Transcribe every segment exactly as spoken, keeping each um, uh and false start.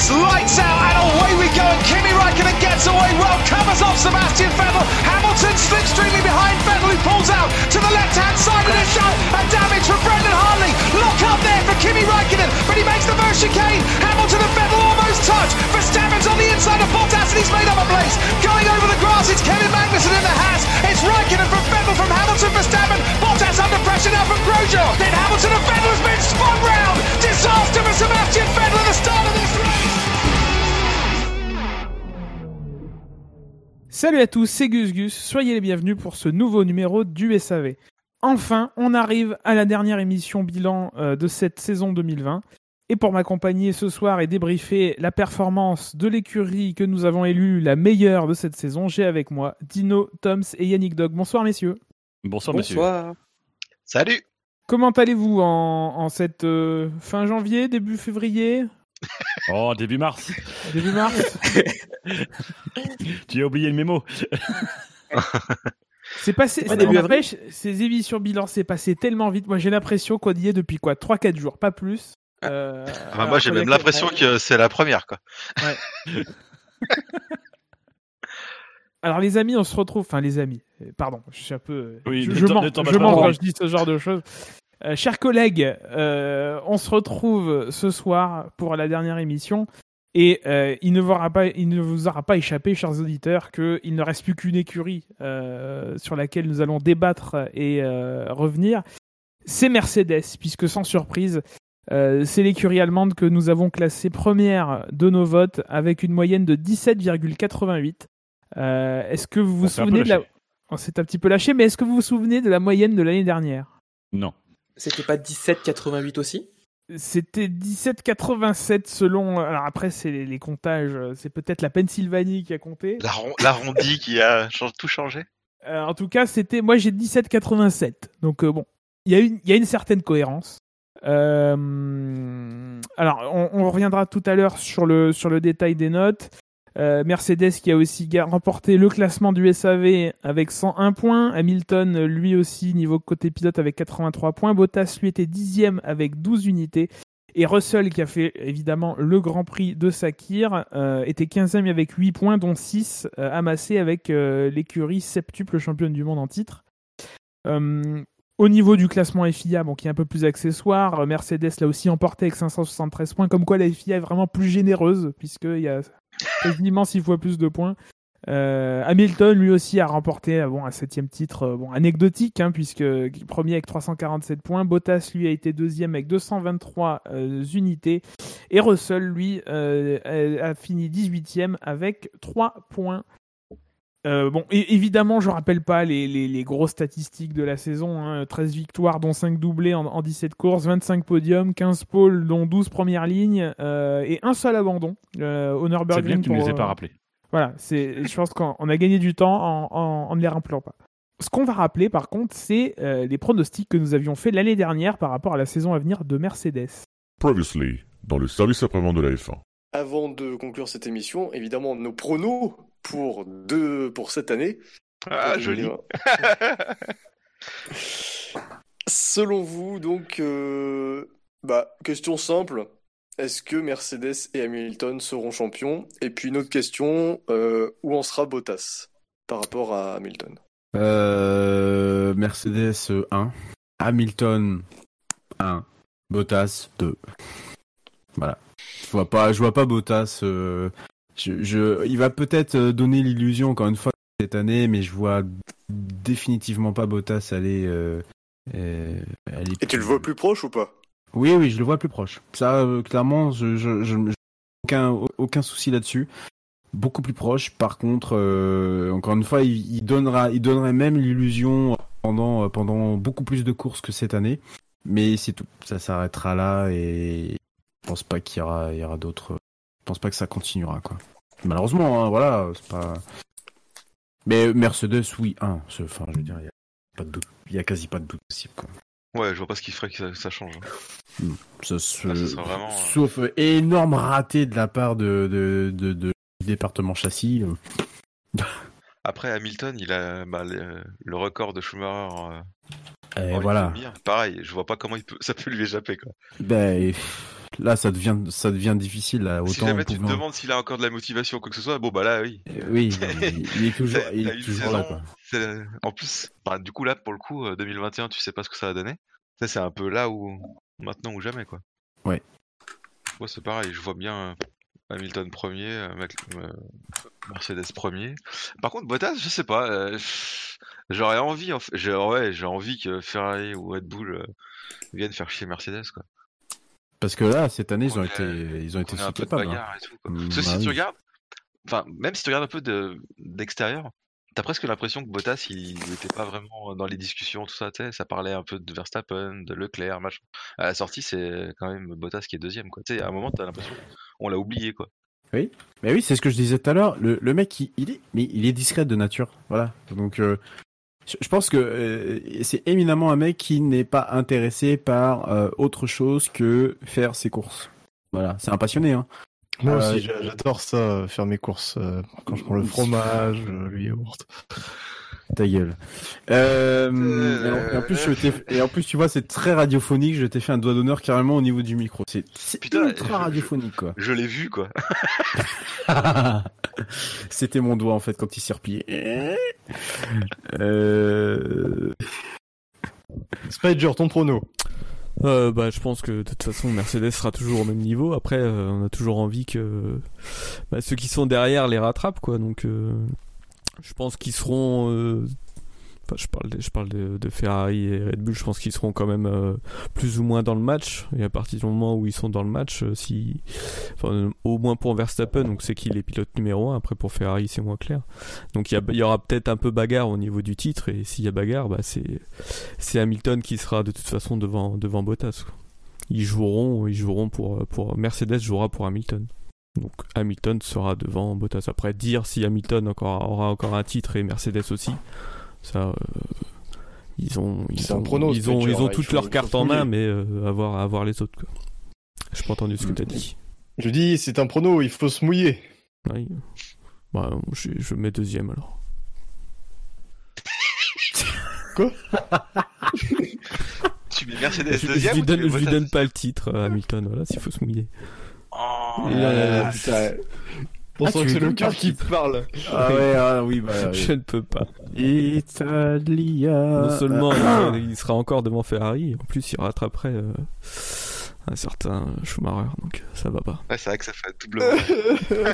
It's lights out and away we go, and Kimi Räikkönen gets away well, covers off Sebastian Vettel. Hamilton slipstreaming behind Vettel, who pulls out to the left-hand side, and it's a damage from Brendan Hartley. Lock up there for Kimi Räikkönen, but he makes the first chicane. Hamilton and Vettel almost touch. Verstappen's on the inside of Bottas, and he's made up a place. Going over the grass, it's Kevin Magnussen in the Haas. It's Räikkönen from Vettel, from Hamilton, Verstappen. Bottas under pressure now from Grosjean. Then Hamilton and Vettel has been spun round. Disaster for Sebastian Vettel at the start of this race. Salut à tous, c'est Gus Gus, soyez les bienvenus pour ce nouveau numéro du S A V. Enfin, on arrive à la dernière émission bilan euh, de cette saison deux mille vingt. Et pour m'accompagner ce soir et débriefer la performance de l'écurie que nous avons élue la meilleure de cette saison, j'ai avec moi Dino, Toms et Yannick Dog. Bonsoir messieurs. Bonsoir, messieurs. Bonsoir. Salut. Comment allez-vous en, en cette euh, fin janvier, début février ? Oh, début mars. Début mars. Tu as oublié le mémo. C'est passé, Ouais, c'est, début après, ces émissions bilan, c'est passé tellement vite. Moi, j'ai l'impression qu'on y est depuis quoi, trois quatre jours, pas plus. Euh, Ah bah moi, j'ai même l'impression que c'est la première, quoi. Ouais. Alors, les amis, on se retrouve. Enfin, les amis, pardon, je suis un peu. Oui, je, ne je t'en- mens, ne t'en je bats mens pas. quand je dis ce genre de choses. Euh, chers collègues, euh, on se retrouve ce soir pour la dernière émission. Et euh, il, ne vous aura pas, il ne vous aura pas échappé, chers auditeurs, qu'il ne reste plus qu'une écurie euh, sur laquelle nous allons débattre et euh, revenir. C'est Mercedes, puisque sans surprise, euh, c'est l'écurie allemande que nous avons classée première de nos votes avec une moyenne de dix-sept virgule quatre-vingt-huit. Euh, est-ce que vous vous On s'est un peu souvenez de la... lâché. On s'est un petit peu lâché, mais est-ce que vous vous souvenez de la moyenne de l'année dernière ? Non. C'était pas dix-sept quatre-vingt-huit aussi ? C'était dix-sept quatre-vingt-sept selon... Alors après, c'est les, les comptages. C'est peut-être la Pennsylvanie qui a compté. L'arron- L'arrondi qui a change- tout changé. Euh, en tout cas, c'était... Moi, j'ai dix-sept quatre-vingt-sept. Donc, euh, bon, il y a une, il y a une certaine cohérence. Euh... Alors, on, on reviendra tout à l'heure sur le, sur le détail des notes. Euh, Mercedes qui a aussi ga- remporté le classement du S A V avec cent un points. Hamilton, lui aussi, niveau côté pilote avec quatre-vingt-trois points. Bottas, lui, était dixième avec douze unités. Et Russell, qui a fait évidemment le Grand Prix de Sakir, euh, était quinzième avec huit points, dont six euh, amassés avec euh, l'écurie septuple championne du monde en titre. Euh, au niveau du classement F I A, bon, qui est un peu plus accessoire, euh, Mercedes l'a aussi emporté avec cinq cent soixante-treize points, comme quoi la F I A est vraiment plus généreuse, puisqu'il y a quasiment six fois plus de points. Euh, Hamilton, lui aussi, a remporté euh, bon, un septième titre euh, bon, anecdotique, hein, puisque premier avec trois cent quarante-sept points. Bottas, lui, a été deuxième avec deux cent vingt-trois euh, unités. Et Russell, lui, euh, a, a fini dix-huitième avec trois points. Euh, bon, et, évidemment, je ne rappelle pas les, les, les grosses statistiques de la saison. Hein. treize victoires, dont cinq doublés en, en dix-sept courses, vingt-cinq podiums, quinze pôles, dont douze premières lignes, euh, et un seul abandon euh, au C'est Nürburgring. bien que tu ne pour, les aies pas euh, rappelés. Voilà, c'est, je pense qu'on on a gagné du temps en, en, en ne les rappelant pas. Ce qu'on va rappeler, par contre, c'est euh, les pronostics que nous avions fait l'année dernière par rapport à la saison à venir de Mercedes. Previously, dans le service après-vente de la F un. Avant de conclure cette émission, évidemment, nos pronos pour, deux, pour cette année. Ah, joli. Selon vous, donc, euh, bah, question simple. Est-ce que Mercedes et Hamilton seront champions ? Et puis une autre question, euh, où en sera Bottas par rapport à Hamilton ? Euh, Mercedes un, Hamilton un, Bottas deux. Voilà. Je vois pas, je vois pas Bottas. Euh, je, je, il va peut-être donner l'illusion encore une fois cette année, mais je vois définitivement pas Bottas aller. Euh, euh, aller Et tu le vois plus proche ou pas ? Oui, oui, je le vois plus proche. Ça, euh, clairement, je, je, je, je aucun, aucun souci là-dessus. Beaucoup plus proche. Par contre, euh, encore une fois, il, il donnera, il donnerait même l'illusion pendant, pendant beaucoup plus de courses que cette année. Mais c'est tout. Ça s'arrêtera là et je pense pas qu'il y aura, il y aura d'autres. Je pense pas que ça continuera, quoi. Malheureusement, hein, voilà, c'est pas. Mais Mercedes, oui, un. Enfin, je veux dire, il y a pas de doute, il y a quasi pas de doute possible, quoi. Ouais, je vois pas ce qui ferait que ça, ça change. Ça se... Ah, ça sera vraiment, euh, Sauf euh, énorme raté de la part de, de, de, de du département châssis. Après, Hamilton, il a bah, le, le record de Schumacher euh, Et Oh, il voilà. peut bien. Pareil, je vois pas comment il peut... ça peut lui échapper, quoi. Ben, là, ça devient, ça devient difficile. Là. Autant Si jamais tu te pouvant- demandes s'il a encore de la motivation ou quoi que ce soit, bon bah là, oui. Euh, Oui, il, il est toujours, T'as- il t'as est une toujours saison, là. Quoi. c'est- En plus, bah, du coup là, pour le coup, euh, deux mille vingt et un, tu sais pas ce que ça va donner. Ça, c'est un peu là où, maintenant ou jamais, quoi. Ouais. Moi, c'est pareil, je vois bien euh, Hamilton premier, euh, Mac- euh, Mercedes premier. Par contre, Bottas, je sais pas. euh, J'aurais envie, en fait, j'ai ouais, j'ai envie que Ferrari ou Red Bull euh, viennent faire chier Mercedes, quoi. Parce que là, cette année, ils ont Qu'on été, ait- ils ont été qu'on ait un si peu de capables. hein. bagarre et tout, quoi. Mm, Parce que si bah tu oui. regardes, enfin, même si tu regardes un peu de d'extérieur, t'as presque l'impression que Bottas, il était pas vraiment dans les discussions, tout ça, tu sais, ça parlait un peu de Verstappen, de Leclerc, machin. À la sortie, c'est quand même Bottas qui est deuxième, quoi. Tu sais, à un moment, t'as l'impression qu'on l'a oublié, quoi. Oui, mais oui, c'est ce que je disais tout à l'heure. Le, le mec, il, il est, mais il est discret de nature. Voilà. Donc, euh, je, je pense que euh, c'est éminemment un mec qui n'est pas intéressé par euh, autre chose que faire ses courses. Voilà, c'est un passionné. Hein. Moi Euh, aussi, j'a- j'adore ça, euh, faire mes courses euh, quand je prends le fromage, euh, le yaourt. Ta gueule. Euh, et, en, et en plus, je t'ai, et en plus, tu vois, c'est très radiophonique. Je t'ai fait un doigt d'honneur carrément au niveau du micro. C'est, c'est Putain, ultra je- radiophonique, quoi. Je l'ai vu, quoi. C'était mon doigt en fait quand il s'est replié. Euh... Spider, ton prono. Euh, bah, je pense que de toute façon Mercedes sera toujours au même niveau. Après, euh, on a toujours envie que bah, ceux qui sont derrière les rattrapent, quoi. Donc, euh, je pense qu'ils seront. Euh... Enfin, je parle, de, je parle de, de Ferrari et Red Bull. Je pense qu'ils seront quand même euh, plus ou moins dans le match. Et à partir du moment où ils sont dans le match, euh, si, enfin, euh, au moins pour Verstappen, donc c'est qu'il est pilote numéro un. Après pour Ferrari, c'est moins clair. Donc il y, a, il y aura peut-être un peu bagarre au niveau du titre. Et s'il y a bagarre, bah c'est, c'est Hamilton qui sera de toute façon devant, devant Bottas, quoi. Ils joueront, ils joueront pour, pour Mercedes jouera pour Hamilton. Donc Hamilton sera devant Bottas. Après, dire si Hamilton encore, aura encore un titre et Mercedes aussi. Ça, euh, ils ont, ils C'est ont, un prono, ils ont, Spider, ils ont là, il toutes faut- leurs il cartes faut en main, fouiller. mais euh, à voir, à voir les autres, quoi. J'ai pas entendu ce que t'as dit. Je dis, c'est un prono, il faut se mouiller. Oui. Bah, je, je mets deuxième alors. Tu mets Mercedes Je, je deuxième lui ou tu donne, mets je lui Bottas donne pas le titre à Hamilton, voilà, s'il faut se mouiller. Oh, Et là, putain, on Ah, sent tu que c'est lui le donnes cœur pas qui parle. Ah ouais, ah oui, bah. Je ne peux pas. Italia. Non seulement il sera, il sera encore devant Ferrari, en plus il rattraperait euh, un certain Schumacher, donc ça va pas. ouais, c'est vrai que ça fait doublement.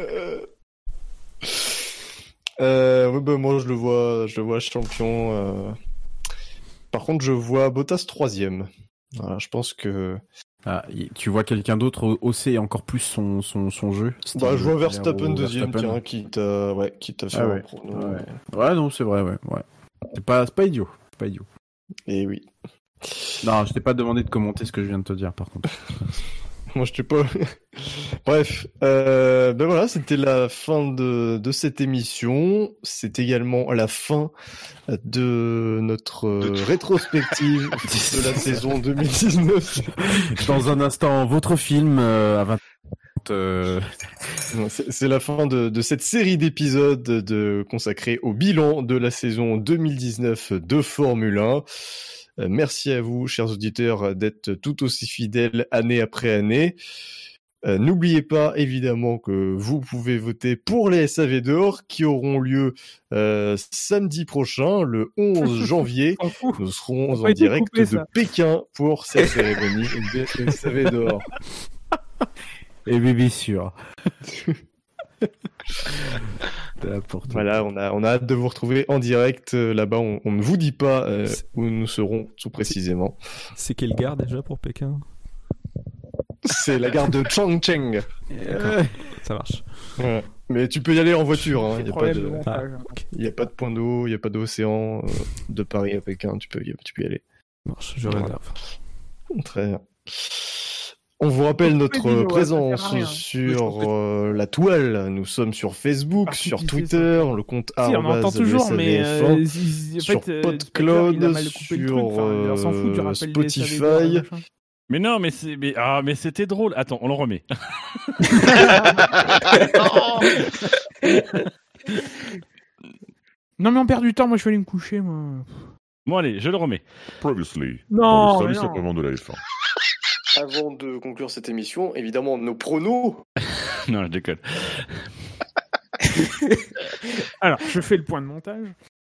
euh, ouais, bah, moi, je le vois, je le vois champion. euh. Par contre, je vois Bottas troisième. Voilà, je pense que. Ah, y- tu vois quelqu'un d'autre au- hausser encore plus son, son, son jeu. style Bah, je vois Leclerc Verstappen ou deuxième, Verstappen. tiens, qui t'a, ouais, qui t'a fait Ah un ouais. prono. Ouais. Ouais, non, c'est vrai, ouais. ouais. C'est pas, c'est pas idiot. C'est pas idiot. Et oui. Non, je t'ai pas demandé de commenter ce que je viens de te dire, par contre. Moi, je t'ai pas. Bref, euh, ben voilà, c'était la fin de, de cette émission. C'est également la fin de notre euh, rétrospective de la saison deux mille dix-neuf. Dans un instant, votre film euh, à vingt. Euh... C'est c'est la fin de, de cette série d'épisodes de, consacrée au bilan de la saison deux mille dix-neuf de Formule un. Euh, merci à vous, chers auditeurs, d'être tout aussi fidèles année après année. Euh, N'oubliez pas, évidemment, que vous pouvez voter pour les S A V d'or qui auront lieu euh, samedi prochain, le onze janvier. S'en fout. Nous serons Ça en a été direct coupé, de ça. Pékin pour cette cérémonie des S A V d'or. Et bébé sûr. N'importe quoi. Voilà, on a, on a hâte de vous retrouver en direct euh, là-bas. On, on ne vous dit pas euh, où nous serons tout précisément. C'est quelle gare déjà pour Pékin? C'est la gare de Chongqing. Euh, Ça marche. Ouais. Mais tu peux y aller en voiture. Il hein. n'y a, pas Problème de- de montage. y a pas de point d'eau, il n'y a pas d'océan. euh, de Paris à Pékin, tu peux y, tu peux y aller. Ça marche, je Voilà. réserve. Très bien. On vous rappelle Faut notre couper des vidéos, présence ça sert à rien. sur euh, la toile. Nous sommes sur Facebook, Ah, qui sur fait ça Twitter, le compte Si, on arobase entend toujours, mais le S A V F un. euh, il- en sur fait, euh, PodCloud, il a mal coupé le truc, enfin, il s'en fout du sur, rappel euh, des S A V Spotify. d'or et machin. Mais non, mais c'est, mais ah, mais c'était drôle. Attends, on le remet. Non mais on perd du temps, moi je vais aller me coucher, moi. Bon, allez, je le remets. Previously, Non, dans le mais service non. après-vente de la F un. Avant de conclure cette émission, évidemment, nos pronos. Non, je déconne. Alors, je fais le point de montage.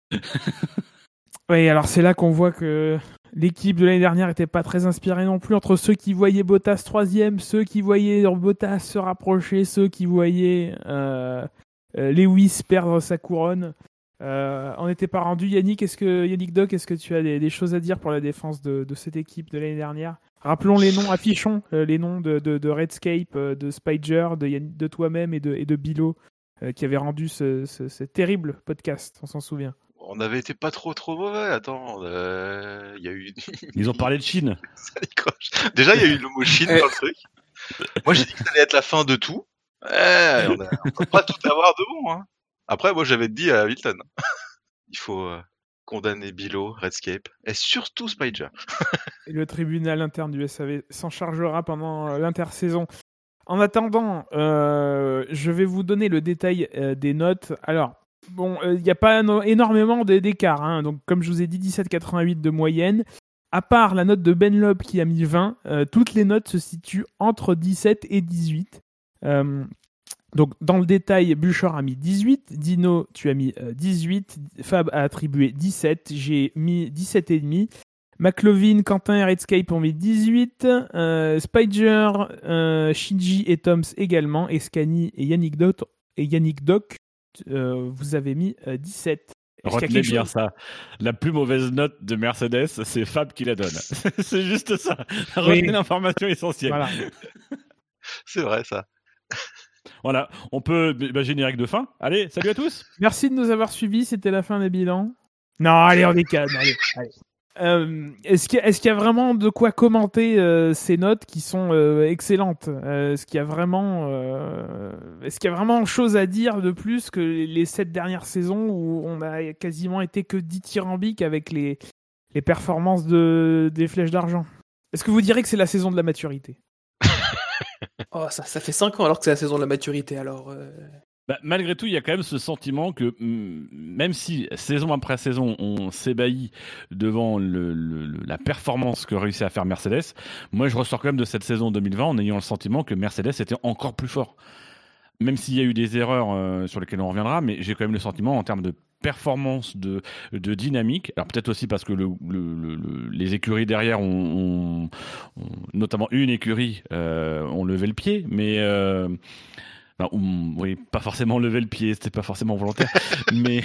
Oui, alors c'est là qu'on voit que l'équipe de l'année dernière n'était pas très inspirée non plus, entre ceux qui voyaient Bottas troisième, ceux qui voyaient Bottas se rapprocher, ceux qui voyaient euh, euh, Lewis perdre sa couronne. Euh, on n'était pas rendu. Yannick, est-ce que, Yannick Doc, est-ce que tu as des, des choses à dire pour la défense de, de cette équipe de l'année dernière? Rappelons les noms, affichons euh, les noms de, de, de Redscape, euh, de Spider, de, Yann- de toi-même et de, et de Bilo, euh, qui avait rendu ce, ce, ce terrible podcast, on s'en souvient. On avait été pas trop trop mauvais, attends. euh, Il y a eu. Ils ont parlé de Chine. Ça décroche. Déjà, il y a eu le mot Chine dans le truc. Moi, j'ai dit que ça allait être la fin de tout. Ouais, on, a... on peut pas tout avoir de bon. Hein. Après, moi, j'avais dit à Hamilton. Il faut euh, condamner Bilo, Redscape, et surtout Spider. Et le tribunal interne du S A V s'en chargera pendant euh, l'intersaison. En attendant, euh, je vais vous donner le détail euh, des notes. Alors, bon, il euh, n'y a pas no- énormément d- d'écart. Hein. Donc, comme je vous ai dit, dix-sept virgule quatre-vingt-huit de moyenne. À part la note de Ben Loeb qui a mis vingt, euh, toutes les notes se situent entre dix-sept et dix-huit. Euh, donc, dans le détail, Buchor a mis dix-huit, Dino, tu as mis euh, dix-huit, Fab a attribué dix-sept, j'ai mis dix-sept virgule cinq. McLovin, Quentin et Redscape ont mis dix-huit, euh, Spider, euh, Shinji et Toms également, et Scani et Yannick Doc, et Yannick Doc euh, vous avez mis euh, dix-sept. Est-ce qu'il y a Retenez quelque bien chose- ça. La plus mauvaise note de Mercedes, c'est Fab qui la donne. C'est juste ça. Retenez Oui. l'information essentielle. Voilà. C'est vrai, ça. Voilà, on peut bah, générique de fin. Allez, salut à tous. Merci de nous avoir suivis, c'était la fin des bilans. Non, allez, on décale, allez, allez. Euh, est-ce, qu'il y a, est-ce qu'il y a vraiment de quoi commenter euh, ces notes qui sont euh, excellentes euh, Est-ce qu'il y a vraiment, euh, est-ce qu'il y a vraiment chose à dire de plus que les sept dernières saisons où on a quasiment été que dithyrambique avec les, les performances de, des flèches d'argent? Est-ce que vous direz que c'est la saison de la maturité? Oh, ça, ça fait cinq ans alors que c'est la saison de la maturité. Alors, euh, Bah, malgré tout, il y a quand même ce sentiment que mm, même si saison après saison on s'ébahit devant le, le- le- la performance que réussit à faire Mercedes, moi je ressors quand même de cette saison deux mille vingt en ayant le sentiment que Mercedes était encore plus fort. Même s'il y a eu des erreurs euh, sur lesquelles on reviendra, mais j'ai quand même le sentiment en termes de performance, de, de dynamique. Alors peut-être aussi parce que le, le- le- le- les écuries derrière ont, ont- ont- notamment une écurie, euh, ont levé le pied, mais euh, enfin, on- oui, pas forcément lever le pied, c'était pas forcément volontaire, mais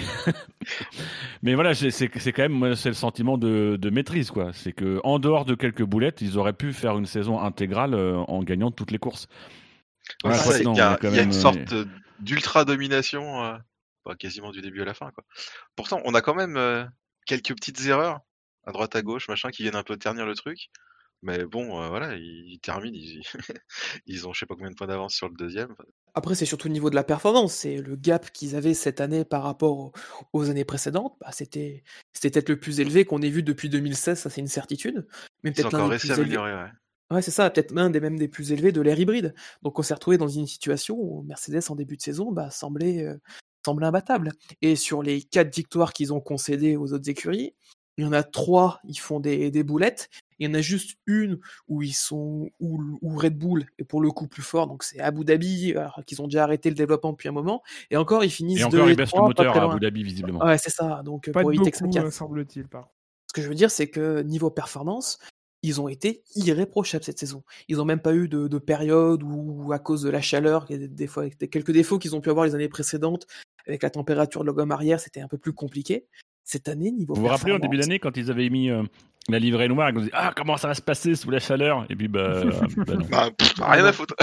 mais voilà, c'est c'est c'est quand même moi, c'est le sentiment de, de maîtrise quoi. C'est que en dehors de quelques boulettes, ils auraient pu faire une saison intégrale euh, en gagnant toutes les courses. Ouais, Ouais, c'est je crois ça, que non, il y a, il y a quand il y a même, une euh, sorte euh, d'ultra domination, euh, bah, quasiment du début à la fin, quoi. Pourtant, on a quand même euh, quelques petites erreurs à droite à gauche, machin, qui viennent un peu ternir le truc. Mais bon, euh, voilà, ils, ils terminent, ils, ils ont je sais pas combien de points d'avance sur le deuxième. Enfin, après, c'est surtout au niveau de la performance. C'est le gap qu'ils avaient cette année par rapport aux, aux années précédentes. Bah, c'était, c'était peut-être le plus élevé qu'on ait vu depuis deux mille seize, ça c'est une certitude. Mais Ils ont peut-être l'un encore des réussi à plus élevés. améliorer, ouais. Ouais, c'est ça, peut-être l'un des même des plus élevés de l'ère hybride. Donc on s'est retrouvé dans une situation où Mercedes en début de saison bah, semblait, euh, semblait imbattable. Et sur les quatre victoires qu'ils ont concédées aux autres écuries, il y en a trois, ils font des, des boulettes. Il y en a juste une où ils sont où, où Red Bull est pour le coup plus fort, donc c'est Abu Dhabi, alors qu'ils ont déjà arrêté le développement depuis un moment. Et encore, ils finissent Et deux encore, et ils baissent le trois, pas moteur très à loin. Abu Dhabi visiblement. Ouais, c'est ça. Donc Pas pour de éviter que ça beaucoup, casse. euh, semble-t-il. Par contre. Ce que je veux dire, c'est que niveau performance, ils ont été irréprochables cette saison. Ils n'ont même pas eu de, de période où, à cause de la chaleur, il y a des, des fois, des- quelques défauts qu'ils ont pu avoir les années précédentes, avec la température de la gomme arrière, c'était un peu plus compliqué. Cette année, niveau Vous vous rappelez en performance, début d'année quand ils avaient mis euh, la livrée noire, ils nous disaient ah comment ça va se passer sous la chaleur et puis bah, bah non. Bah, pff, rien à foutre.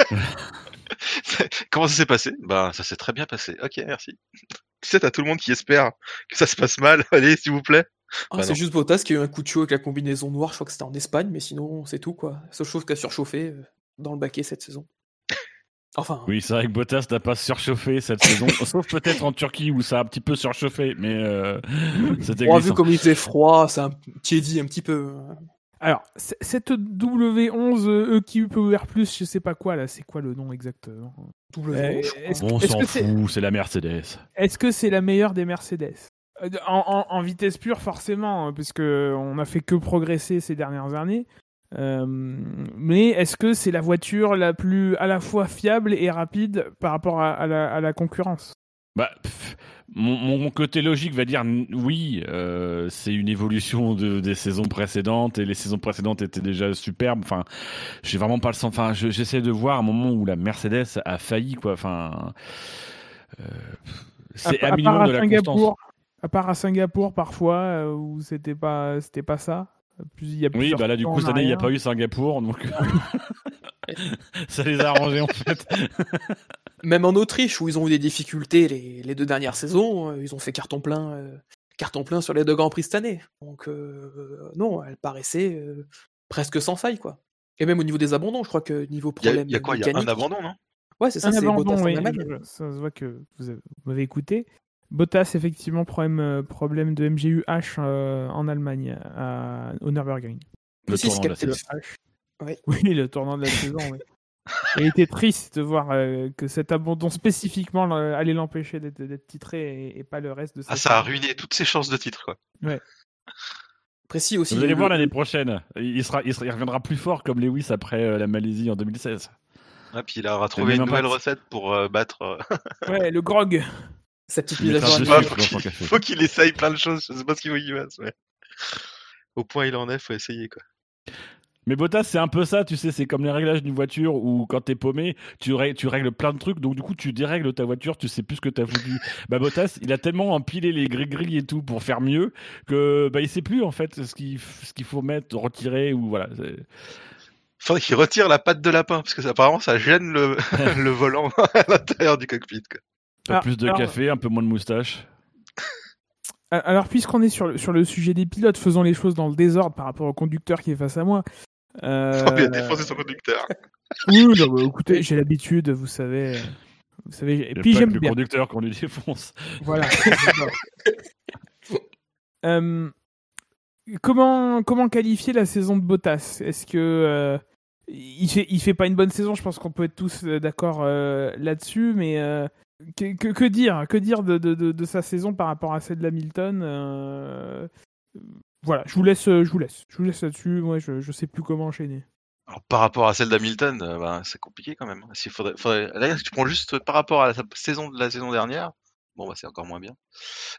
Comment ça s'est passé? Bah, ça s'est très bien passé. Ok, merci. Tu sais, t'as tout le monde qui espère que ça se passe mal. Allez, s'il vous plaît. Ah, Bah c'est non. juste Bottas qui a eu un coup de chaud avec la combinaison noire, je crois que c'était en Espagne, mais sinon, c'est tout, quoi. Seule chose qui a surchauffé euh, dans le baquet cette saison. Enfin, Oui, c'est vrai que Bottas n'a pas surchauffé cette saison, sauf peut-être en Turquie où ça a un petit peu surchauffé, mais euh, c'était on a vu glissant. comme il faisait froid, ça a tiédi un petit peu. Alors, c- cette W onze E Q Power Plus, je sais pas quoi là, c'est quoi le nom exactement? W Euh, je crois. est-ce, On est-ce s'en que c'est, fout, c'est la Mercedes. est-ce que c'est la meilleure des Mercedes? En, en, en vitesse pure, forcément, puisque on a fait que progresser ces dernières années. Euh, mais est-ce que c'est la voiture la plus à la fois fiable et rapide par rapport à, à, la, à la concurrence? Bah, pff, mon, mon côté logique va dire oui, euh, c'est une évolution de, des saisons précédentes et les saisons précédentes étaient déjà superbes. Enfin, j'ai vraiment pas le sens. Enfin, je, j'essaie de voir un moment où la Mercedes a failli, quoi. Enfin, euh, c'est à, à minimum part de à la Singapour, constance. À part à Singapour, parfois, euh, où c'était pas, c'était pas ça. Plus, il y a Oui, bah là, du coup, cette année, il n'y a pas eu Singapour, donc ça les a arrangés, en fait. Même en Autriche, où ils ont eu des difficultés les, les deux dernières saisons, euh, ils ont fait carton plein, euh, carton plein sur les deux Grands Prix cette année. Donc, euh, non, elle paraissait euh, presque sans faille, quoi. Et même au niveau des abandons, je crois que niveau Il y a, problème il y a quoi Il y a mécanique... un abandon, non Ouais, c'est ça, Un c'est abandon, Bottas en oui. Allemagne. Je- Ça se voit que vous, avez- vous m'avez écouté. Bottas, effectivement, problème, euh, problème de M G U H euh, en Allemagne, à, au Nürburgring. Le Si, tournant de la c'est le saison. H. Ouais. Oui, le tournant de la saison, oui. Il était triste de voir euh, que cet abandon spécifiquement euh, allait l'empêcher d'être, d'être titré et, et pas le reste de sa Ah, ça a saison. ruiné toutes ses chances de titre, quoi. Ouais. Précis aussi. Vous allez le- voir l'année le- prochaine. Il, sera, il, sera- il reviendra plus fort comme Lewis après euh, la Malaisie en deux mille seize. Ah, puis il aura trouvé même une nouvelle impact. recette pour euh, battre. euh, Ouais, le grog. Sa petite Il mise à mettra jour dessus, Ouais, annuelle. faut dans son qu'il café. faut qu'il essaye plein de choses. Je sais pas ce qu'il faut qu'il fasse, mais au point il en est, faut essayer, quoi. Mais Bottas, c'est un peu ça, tu sais, c'est comme les réglages d'une voiture où quand t'es paumé, tu, rè- tu règles plein de trucs, donc du coup tu dérègles ta voiture, tu sais plus ce que t'as foutu. Bah Bottas, il a tellement empilé les gris-gris et tout pour faire mieux que bah il sait plus en fait ce qu'il, ce qu'il faut mettre, retirer ou voilà. c'est- Faudrait qu'il retire la patte de lapin, parce que ça, apparemment ça gêne le, le volant à l'intérieur du cockpit, quoi. Pas Ah, plus de alors- café, un peu moins de moustache. Alors, puisqu'on est sur le, sur le sujet des pilotes, faisons les choses dans le désordre par rapport au conducteur qui est face à moi. Euh... Oh, il a défoncé son conducteur. Oui, non, bah, écoutez, j'ai l'habitude, vous savez. Vous savez, et Il y a puis pas j'aime que le bien. conducteur qu'on lui défonce. Voilà. Euh, comment, comment qualifier la saison de Bottas? Est-ce que euh, il fait, il fait pas une bonne saison? Je pense qu'on peut être tous euh, d'accord euh, là-dessus, mais euh, que, que, que dire, que dire de, de, de, de sa saison par rapport à celle d'Hamilton? euh, Voilà, je vous laisse, je vous laisse, je vous laisse là-dessus. Moi, je, je sais plus comment enchaîner. Alors, par rapport à celle d'Hamilton, euh, ben, c'est compliqué quand même. S'il faudrait, faudrait... Là, si tu prends juste par rapport à la saison de la saison dernière, bon bah c'est encore moins bien.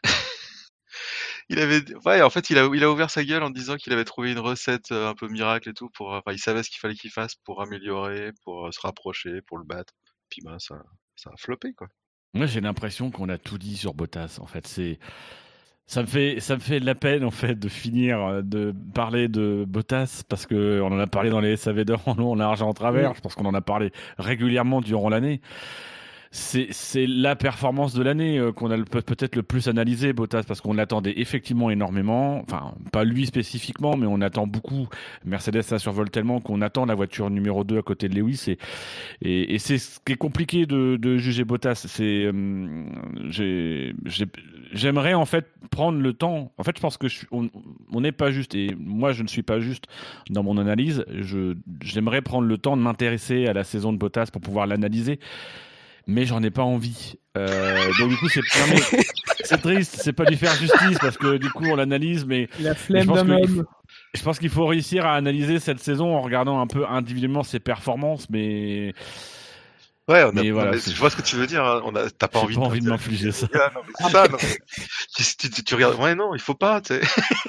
Il avait, ouais, en fait, il a, il a ouvert sa gueule en disant qu'il avait trouvé une recette euh, un peu miracle et tout pour, enfin, il savait ce qu'il fallait qu'il fasse pour améliorer, pour euh, se rapprocher, pour le battre. Puis ben ça, ça a floppé, quoi. Moi, j'ai l'impression qu'on a tout dit sur Bottas. En fait, c'est ça me fait ça me fait de la peine en fait de finir euh, de parler de Bottas parce que on en a parlé dans les S A V d'or en long, en large et en travers. Oui. Je pense qu'on en a parlé régulièrement durant l'année. C'est c'est la performance de l'année euh, qu'on a le- peut- peut-être le plus analysé, Bottas, parce qu'on l'attendait effectivement énormément. Enfin, pas lui spécifiquement, mais on attend beaucoup. Mercedes, ça survole tellement qu'on attend la voiture numéro deux à côté de Lewis. Et, et, et c'est ce qui est compliqué de, de juger Bottas. C'est, euh, j'ai- j'ai- j'aimerais en fait prendre le temps. En fait, je pense que je suis- on on n'est pas juste, et moi je ne suis pas juste dans mon analyse. Je, j'aimerais prendre le temps de m'intéresser à la saison de Bottas pour pouvoir l'analyser. Mais j'en ai pas envie. Euh, donc du coup, c'est, non, mais c'est triste, c'est pas lui faire justice parce que du coup, on l'analyse, mais La mais flemme je pense d'un que il homme. faut- je pense qu'il faut réussir à analyser cette saison en regardant un peu individuellement ses performances, mais Ouais, on a, Mais non, voilà, mais c'est- je vois ce que tu veux dire. Hein. On a, t'as pas j'ai envie pas de, envie de m'infliger ça. Ah, non, mais c'est ça, non. Tu, tu, tu, tu regardes. Ouais, non, il faut pas. Tu sais.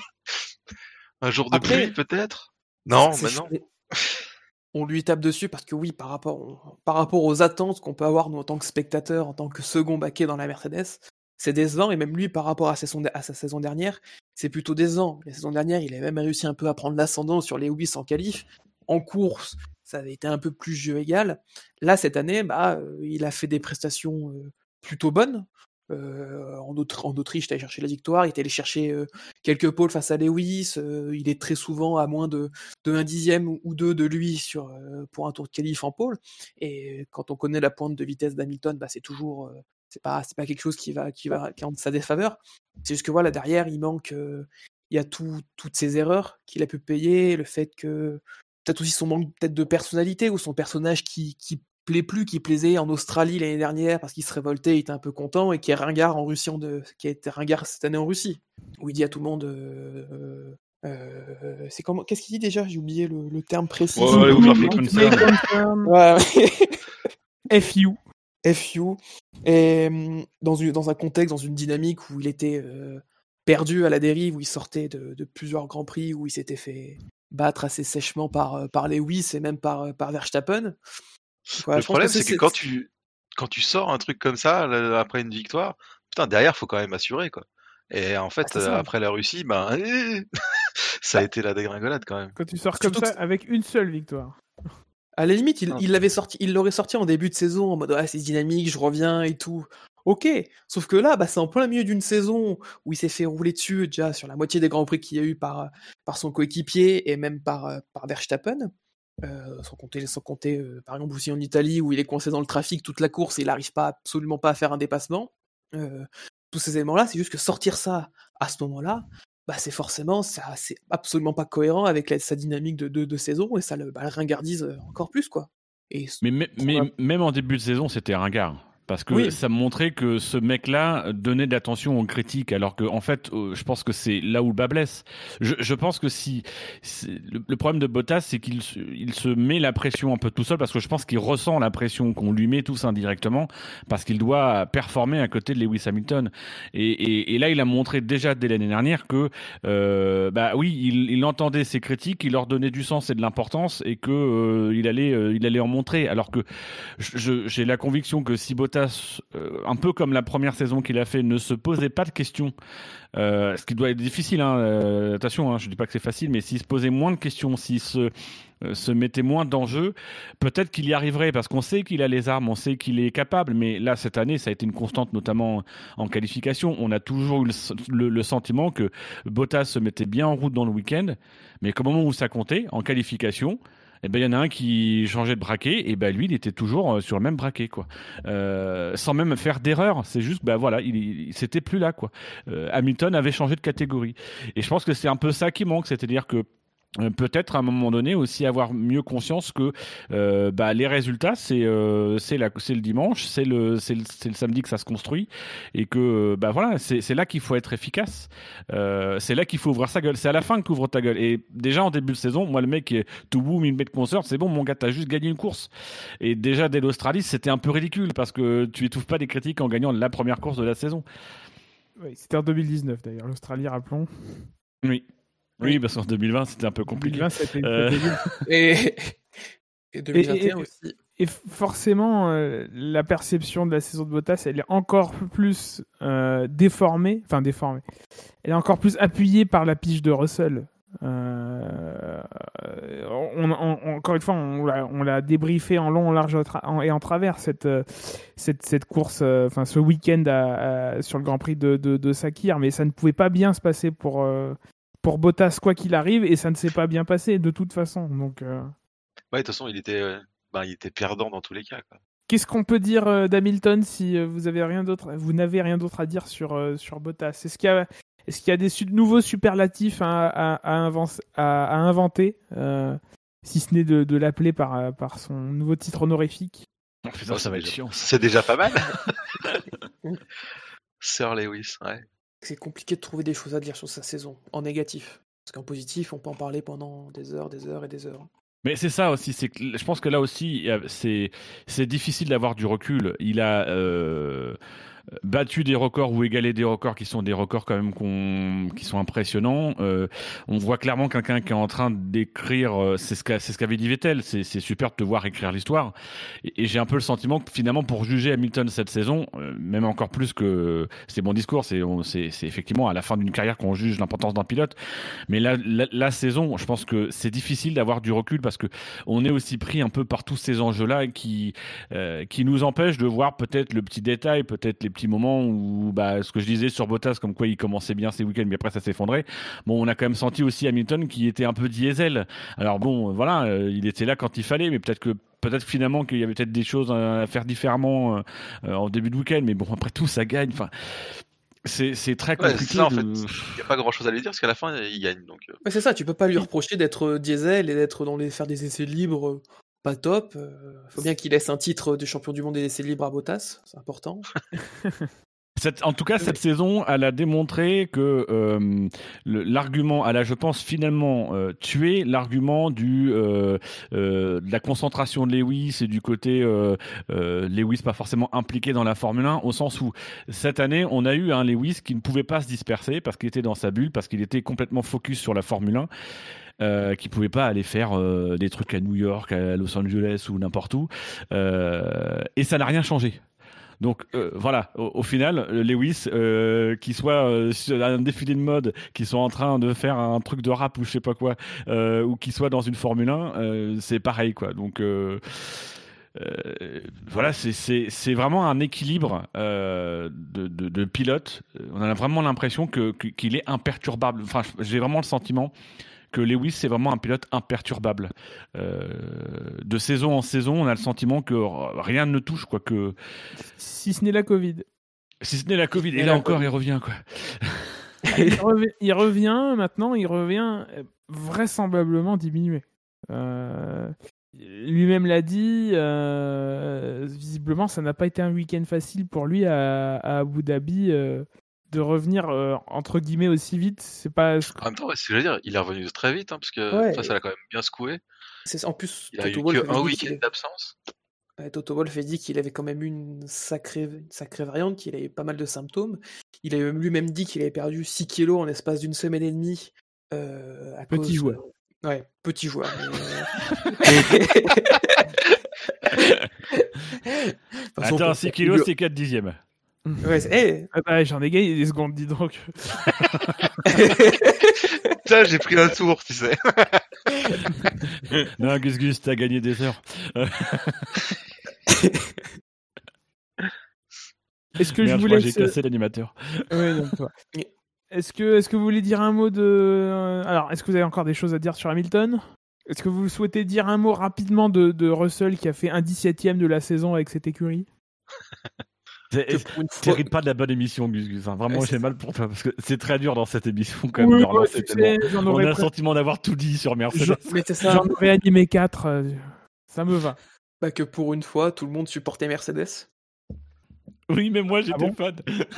Un jour de Après, pluie, peut-être. Non, c'est- mais c'est- non. On lui tape dessus parce que oui, par rapport, par rapport aux attentes qu'on peut avoir nous en tant que spectateurs, en tant que second baquet dans la Mercedes, c'est décevant. Et même lui, par rapport à sa saison, à sa saison dernière, c'est plutôt décevant. La saison dernière, il a même réussi un peu à prendre l'ascendant sur les Lewis en qualif. En course, ça avait été un peu plus jeu égal. Là, cette année, bah, euh, il a fait des prestations euh, plutôt bonnes. Euh, en, Autr- en Autriche, il est allé chercher la victoire, il est allé chercher euh, quelques pôles face à Lewis. Euh, il est très souvent à moins de, de un dixième ou deux de lui sur, euh, pour un tour de qualif en pôle. Et quand on connaît la pointe de vitesse d'Hamilton, bah, c'est toujours, euh, c'est pas, c'est pas quelque chose qui va, qui va, qui est en sa défaveur. C'est juste que voilà, derrière, il manque, euh, il y a tout, toutes ces erreurs qu'il a pu payer, le fait que peut-être aussi son manque peut-être de personnalité ou son personnage qui, qui plaît plus, qui plaisait en Australie l'année dernière parce qu'il se révoltait, il était un peu content, et qui est ringard en Russie, en de... qui a été ringard cette année en Russie, où il dit à tout le monde. Euh... Euh... C'est comment... Qu'est-ce qu'il dit déjà? J'ai oublié le, le terme précis. Ouais, ouais, ouais, ouais, ouais. F U. F U. Et dans, une, dans un contexte, dans une dynamique où il était euh, perdu à la dérive, où il sortait de, de plusieurs grands prix, où il s'était fait battre assez sèchement par, par Lewis et même par, par Verstappen. Voilà, le problème, que c'est, c'est que quand tu, quand tu sors un truc comme ça, là, après une victoire, putain, derrière, faut quand même assurer, quoi. Et en fait, ah, euh, après la Russie, ben, ça a été la dégringolade quand même. Quand tu sors comme ça, avec une seule victoire. À la limite, il, il l'avait sorti, il l'aurait sorti en début de saison, en mode ah, c'est dynamique, je reviens et tout. Ok, sauf que là, bah, c'est en plein milieu d'une saison où il s'est fait rouler dessus déjà sur la moitié des grands prix qu'il y a eu par, par son coéquipier et même par, par Verstappen. Euh, sans compter, sans compter euh, par exemple aussi en Italie où il est coincé dans le trafic toute la course et il n'arrive pas absolument pas à faire un dépassement. Euh, tous ces éléments-là, c'est juste que sortir ça à ce moment-là, bah c'est forcément, ça, c'est absolument pas cohérent avec la, sa dynamique de, de, de saison et ça le, bah, le ringardise encore plus, quoi. Et mais, mais, mais même en début de saison, c'était ringard. Parce que oui. ça montrait que ce mec-là donnait de l'attention aux critiques, alors que en fait, euh, je pense que c'est là où le bas blesse. Je, je pense que si le, le problème de Bottas, c'est qu'il se, il se met la pression un peu tout seul, parce que je pense qu'il ressent la pression qu'on lui met tous indirectement, parce qu'il doit performer à côté de Lewis Hamilton. Et, et, et là, il a montré déjà dès l'année dernière que, euh, bah oui, il, il entendait ses critiques, il leur donnait du sens et de l'importance, et que euh, il allait, euh, il allait en montrer. Alors que je, j'ai la conviction que si Bottas Euh, un peu comme la première saison qu'il a fait, ne se posait pas de questions, euh, ce qui doit être difficile, hein, euh, attention, hein, je dis pas que c'est facile, mais s'il se posait moins de questions, s'il se, euh, se mettait moins d'enjeux, peut-être qu'il y arriverait, parce qu'on sait qu'il a les armes, on sait qu'il est capable, mais là, cette année, ça a été une constante, notamment en qualification. On a toujours eu le, le, le sentiment que Bottas se mettait bien en route dans le week-end, mais qu'au moment où ça comptait, en qualification, eh ben, il y en a un qui changeait de braquet, et ben, lui, il était toujours sur le même braquet, quoi. Euh, sans même faire d'erreur. C'est juste, ben voilà, il, il, c'était plus là, quoi. Euh, Hamilton avait changé de catégorie. Et je pense que c'est un peu ça qui manque, c'est-à-dire que Euh, peut-être à un moment donné aussi avoir mieux conscience que euh, bah, les résultats c'est euh, c'est, la, c'est le dimanche, c'est le, c'est, le, c'est le samedi que ça se construit, et que bah, voilà, c'est, c'est là qu'il faut être efficace, euh, c'est là qu'il faut ouvrir sa gueule, c'est à la fin que tu ouvres ta gueule. Et déjà en début de saison, moi le mec est to boom, il met de concert, c'est bon mon gars, t'as juste gagné une course. Et déjà dès l'Australie c'était un peu ridicule, parce que tu étouffes pas des critiques en gagnant la première course de la saison. Oui, c'était en deux mille dix-neuf d'ailleurs, l'Australie, rappelons. Oui. Oui, parce qu'en deux mille vingt, c'était un peu compliqué. deux mille vingt, c'était, euh... et... et deux mille vingt et un et, et, aussi. Et forcément, euh, la perception de la saison de Bottas, elle est encore plus euh, déformée, enfin déformée. Elle est encore plus appuyée par la pige de Russell. Euh, on, on, encore une fois, on l'a, on l'a débriefé en long, en large et en travers cette cette, cette course, enfin euh, ce week-end à, à, sur le Grand Prix de, de, de Sakir, mais ça ne pouvait pas bien se passer pour euh, pour Bottas quoi qu'il arrive, et ça ne s'est pas bien passé de toute façon. Donc, euh... ouais, de toute façon, il était, euh, bah, il était perdant dans tous les cas, quoi. Qu'est-ce qu'on peut dire euh, d'Hamilton si euh, vous avez rien d'autre, vous n'avez rien d'autre à dire sur euh, sur Bottas? Est-ce qu'il y a Est-ce qu'il y a des su- nouveaux superlatifs à, à, à, inven- à, à inventer, euh, si ce n'est de, de l'appeler par, par son nouveau titre honorifique? Oh, putain, ça, ça va être chiant. C'est déjà pas mal. Sir Lewis, ouais. C'est compliqué de trouver des choses à dire sur sa saison, en négatif. Parce qu'en positif, on peut en parler pendant des heures, des heures et des heures. Mais c'est ça aussi, c'est que, je pense que là aussi, c'est, c'est difficile d'avoir du recul. Il a... Euh... battu des records ou égalé des records qui sont des records quand même qu'on, qui sont impressionnants. Euh, on voit clairement quelqu'un qui est en train d'écrire, euh, c'est ce qu'a, c'est ce qu'avait dit Vettel, c'est, c'est super de te voir écrire l'histoire. Et, et j'ai un peu le sentiment que finalement pour juger Hamilton cette saison, euh, même encore plus que c'est bon discours, c'est, on, c'est, c'est effectivement à la fin d'une carrière qu'on juge l'importance d'un pilote. Mais la, la, la saison, je pense que c'est difficile d'avoir du recul parce que on est aussi pris un peu par tous ces enjeux-là qui, euh, qui nous empêchent de voir peut-être le petit détail, peut-être les petits moments où, bah, ce que je disais sur Bottas, comme quoi il commençait bien ces week-ends, mais après ça s'effondrait. Bon, on a quand même senti aussi Hamilton qui était un peu diesel. Alors bon, voilà, euh, il était là quand il fallait, mais peut-être que peut-être finalement qu'il y avait peut-être des choses à faire différemment euh, en début de week-end, mais bon, après tout, ça gagne. Enfin, c'est, c'est très compliqué. Ouais, c'est ça, en de... fait. Il n'y a pas grand-chose à lui dire, parce qu'à la fin, il gagne. Donc... Ouais, c'est ça, tu peux pas lui reprocher d'être diesel et d'être dans les faire des essais libres pas top. Il euh, faut bien qu'il laisse un titre de champion du monde des essais libres à Bottas, c'est important. Cette, en tout cas, cette saison, elle a démontré que euh, le, l'argument, elle a, je pense, finalement euh, tué l'argument du euh, euh, de la concentration de Lewis et du côté euh, euh, Lewis pas forcément impliqué dans la Formule un, au sens où cette année, on a eu un Lewis qui ne pouvait pas se disperser parce qu'il était dans sa bulle, parce qu'il était complètement focus sur la Formule un. Euh, qui pouvait pas aller faire euh, des trucs à New York, à Los Angeles ou n'importe où, euh, et ça n'a rien changé. Donc euh, voilà, au, au final, Lewis, euh, qui soit euh, sur un défilé de mode, qui soit en train de faire un truc de rap ou je sais pas quoi, euh, ou qui soit dans une Formule un, euh, c'est pareil quoi. Donc euh, euh, voilà, c'est, c'est, c'est vraiment un équilibre euh, de, de, de pilote. On a vraiment l'impression que, que, qu'il est imperturbable. Enfin, j'ai vraiment le sentiment que Lewis, c'est vraiment un pilote imperturbable. Euh, de saison en saison, on a le sentiment que rien ne touche, quoi. Que... Si ce n'est la Covid. Si ce n'est la Covid. Et là encore, il revient, quoi. il, revient, il revient, maintenant, il revient vraisemblablement diminué. Euh, lui-même l'a dit, euh, visiblement, ça n'a pas été un week-end facile pour lui à, à Abu Dhabi. Euh, de revenir euh, entre guillemets aussi vite, c'est pas. En même temps, ouais, c'est ce que je veux dire, il est revenu très vite, hein, parce que Ouais, ça, ça et l'a quand même bien secoué. c'est en plus Il a Toto eu Wolff que avait un dit week-end qu'il avait... d'absence. ouais, Toto Wolff a dit qu'il avait quand même eu une sacrée, une sacrée variante, qu'il avait pas mal de symptômes. Il a lui-même dit qu'il avait perdu six kilos en l'espace d'une semaine et demie. Euh, à Petit cause, joueur. euh, Ouais, petit joueur. mais, euh... façon, Attends, pour- six kilos, c'est quatre dixièmes. Ouais, c'est- hey, Ah bah, j'en ai gagné des secondes, dis donc. Putain, j'ai pris un tour, tu sais. Non, Gus Gus, t'as gagné des heures. Est-ce que Merde, je vous je crois que laisse... j'ai cassé l'animateur. Ouais, non, toi. Est-ce que, est-ce que vous voulez dire un mot de... Alors, est-ce que vous avez encore des choses à dire sur Hamilton ? Est-ce que vous souhaitez dire un mot rapidement de, de Russell qui a fait un dix-septième de la saison avec cette écurie ? C'est- que pour une fois- T'hérites pas de la bonne émission, Gus Gus. Hein. Vraiment, Ouais, j'ai c'est mal pour toi parce que c'est très dur dans cette émission quand même. Oui, de moi, relancer tu tellement. sais, j'en On aurais, a le pré- sentiment d'avoir tout dit sur Mercedes. j'en- Mais c'est ça, j'en aurais animé quatre. euh, Ça me va. bah, que pour une fois, tout le monde supportait Mercedes. Oui, mais moi j'étais Ah bon fan.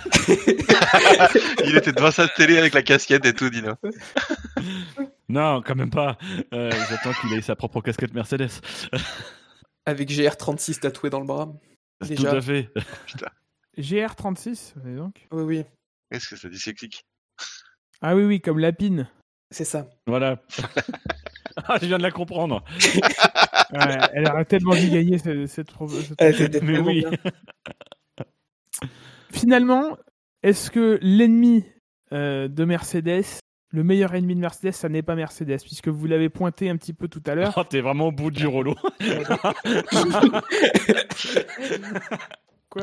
Il était devant sa télé avec la casquette et tout, Dino. Non, quand même pas. Euh, j'attends qu'il ait sa propre casquette Mercedes. Avec G R trente-six tatoué dans le bras. Tout Déjà. à fait. G R trente-six, dis donc. Oui, oui, Est-ce que ça dit cyclique? Ah oui, oui, comme Lapine. c'est ça. Voilà. Ah, je viens de la comprendre. Ouais, elle aurait tellement dû gagner cette... cette... cette- Elle était Mais tellement oui. bien. Finalement, est-ce que l'ennemi euh, de Mercedes, le meilleur ennemi de Mercedes, ça n'est pas Mercedes, puisque vous l'avez pointé un petit peu tout à l'heure. Oh, t'es vraiment au bout du rouleau. Quoi ?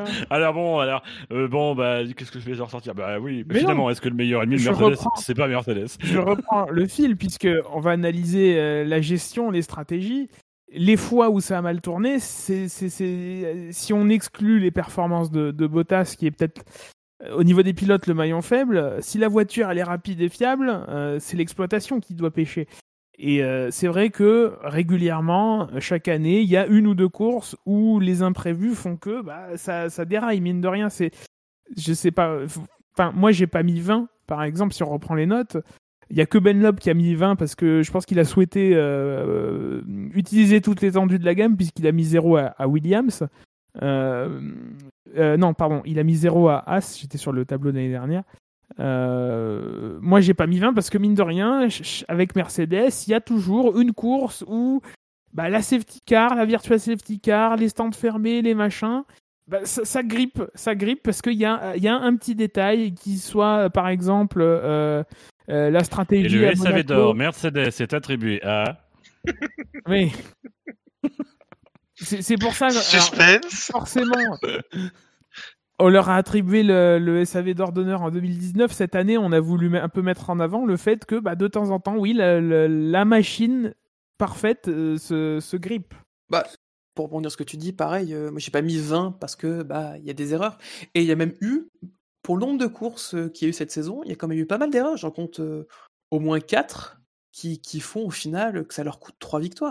Alors bon, alors euh, bon, bah qu'est-ce que je vais en ressortir? Bah oui. Mais finalement, non. est-ce que le meilleur ennemi de Je Mercedes, reprends. c'est pas Mercedes? Je reprends le fil, puisque on va analyser euh, la gestion, les stratégies. Les fois où ça a mal tourné, c'est, c'est, c'est... si on exclut les performances de, de Bottas, qui est peut-être euh, au niveau des pilotes le maillon faible, si la voiture elle est rapide et fiable, euh, c'est l'exploitation qui doit pêcher. Et euh, c'est vrai que régulièrement, chaque année, il y a une ou deux courses où les imprévus font que bah, ça, ça déraille, mine de rien. C'est, je sais pas, enfin, moi j'ai pas mis vingt, par exemple, si on reprend les notes. Il n'y a que Ben Lobb qui a mis vingt parce que je pense qu'il a souhaité euh, utiliser toute l'étendue de la gamme puisqu'il a mis zéro à, à Williams. Euh, euh, non, pardon, il a mis zéro à Haas, j'étais sur le tableau de l'année dernière. Euh, moi, j'ai pas mis vingt parce que mine de rien, avec Mercedes, il y a toujours une course où bah, la safety car, la virtual safety car, les stands fermés, les machins, bah, ça, ça grippe, ça grippe parce qu'il y a, il y a un petit détail qui soit, par exemple, euh, euh, la Et stratégie le à S A V Monaco. d'or Mercedes est attribué à. Oui. C'est, c'est pour ça. alors, Suspense. forcément. On leur a attribué le, le S A V d'or d'honneur en deux mille dix-neuf. Cette année, on a voulu un peu mettre en avant le fait que, bah, de temps en temps, oui, la, la, la machine parfaite euh, se, se grippe. Bah, pour rebondir sur ce que tu dis, pareil, euh, moi j'ai pas mis vingt parce que bah il y a des erreurs. Et il y a même eu, pour le nombre de courses euh, qu'il y a eu cette saison, il y a quand même eu pas mal d'erreurs. J'en compte euh, au moins quatre qui, qui font au final que ça leur coûte trois victoires.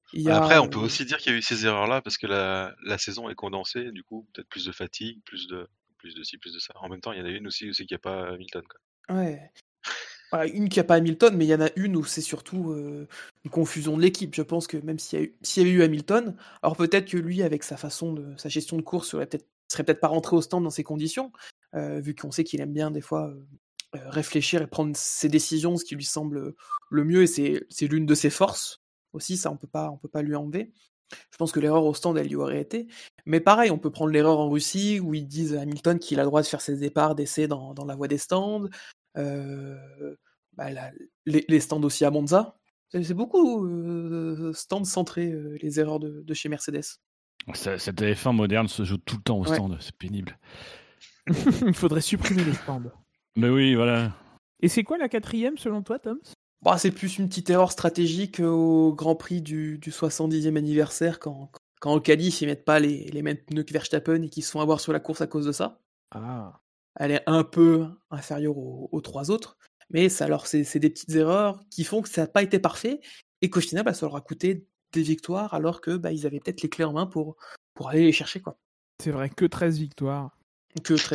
Il y a, Après, on peut euh, aussi dire qu'il y a eu ces erreurs-là parce que la, la saison est condensée, du coup, peut-être plus de fatigue, plus de, plus de ci, plus de ça. En même temps, il y en a une aussi où c'est qu'il n'y a pas Hamilton, quoi. Ouais. Voilà, une qui a pas Hamilton, mais il y en a une où c'est surtout euh, une confusion de l'équipe. Je pense que même s'il y, a eu- s'il y avait eu Hamilton, alors peut-être que lui, avec sa façon de sa gestion de course, serait peut-être serait peut-être pas rentré au stand dans ces conditions, euh, vu qu'on sait qu'il aime bien des fois euh, euh, réfléchir et prendre ses décisions, ce qui lui semble le mieux, et c'est c'est l'une de ses forces aussi. Ça, on peut pas on peut pas lui enlever. Je pense que l'erreur au stand, elle y aurait été. Mais pareil, on peut prendre l'erreur en Russie, où ils disent à Hamilton qu'il a le droit de faire ses départs d'essai dans, dans la voie des stands. Euh, bah, la- les, les stands aussi à Monza. C'est c'est beaucoup euh, stands centrés, euh, les erreurs de, de chez Mercedes. Ça- Cette F un moderne se joue tout le temps au Ouais. stand, c'est pénible. Il faudrait supprimer les stands. Mais oui, voilà. Et c'est quoi la quatrième selon toi, Tom? Bah, c'est plus une petite erreur stratégique au Grand Prix du, du soixante-dixième anniversaire, quand, quand en qualif, ils mettent pas les, les mêmes pneus que Verstappen et qu'ils se font avoir sur la course à cause de ça. Ah. Elle est un peu inférieure aux, aux trois autres, mais ça, alors c'est c'est des petites erreurs qui font que ça n'a pas été parfait et qu'au final, bah, ça leur a coûté des victoires alors que bah, ils avaient peut-être les clés en main pour, pour aller les chercher, quoi. C'est vrai, que treize victoires. Que très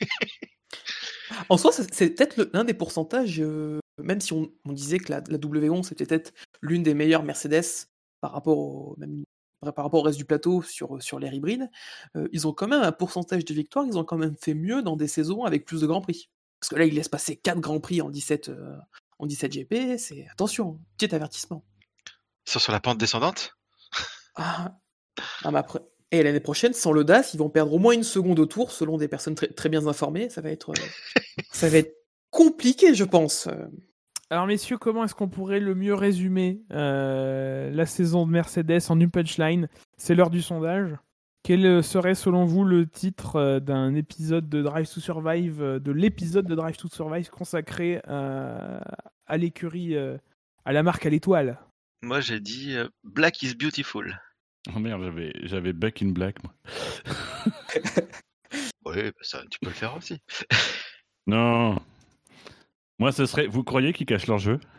En soi, c'est c'est peut-être le- l'un des pourcentages, euh, même si on, on disait que la, la W onze c'était peut-être l'une des meilleures Mercedes par rapport au, même, par rapport au reste du plateau sur, sur l'air hybride, euh, ils ont quand même un pourcentage de victoires, ils ont quand même fait mieux dans des saisons avec plus de Grands Prix. Parce que là, ils laissent passer quatre Grands Prix en dix-sept, euh, en dix-sept G P, c'est attention, petit avertissement. Sur, sur la pente descendante? Ah, ah, mais après... Et l'année prochaine, sans l'audace, ils vont perdre au moins une seconde au tour, selon des personnes très, très bien informées. Ça va être, euh, ça va être compliqué, je pense. Euh, Alors messieurs, comment est-ce qu'on pourrait le mieux résumer euh, la saison de Mercedes en une punchline? C'est l'heure du sondage. Quel serait selon vous le titre euh, d'un épisode de Drive to Survive, euh, de l'épisode de Drive to Survive consacré euh, à l'écurie, euh, à la marque à l'étoile? Moi, j'ai dit euh, Black is beautiful. Oh merde, j'avais, j'avais Back in Black, moi. Oui, bah ça, tu peux le faire aussi. Non. Moi, ce serait. Vous croyez qu'ils cachent leur jeu?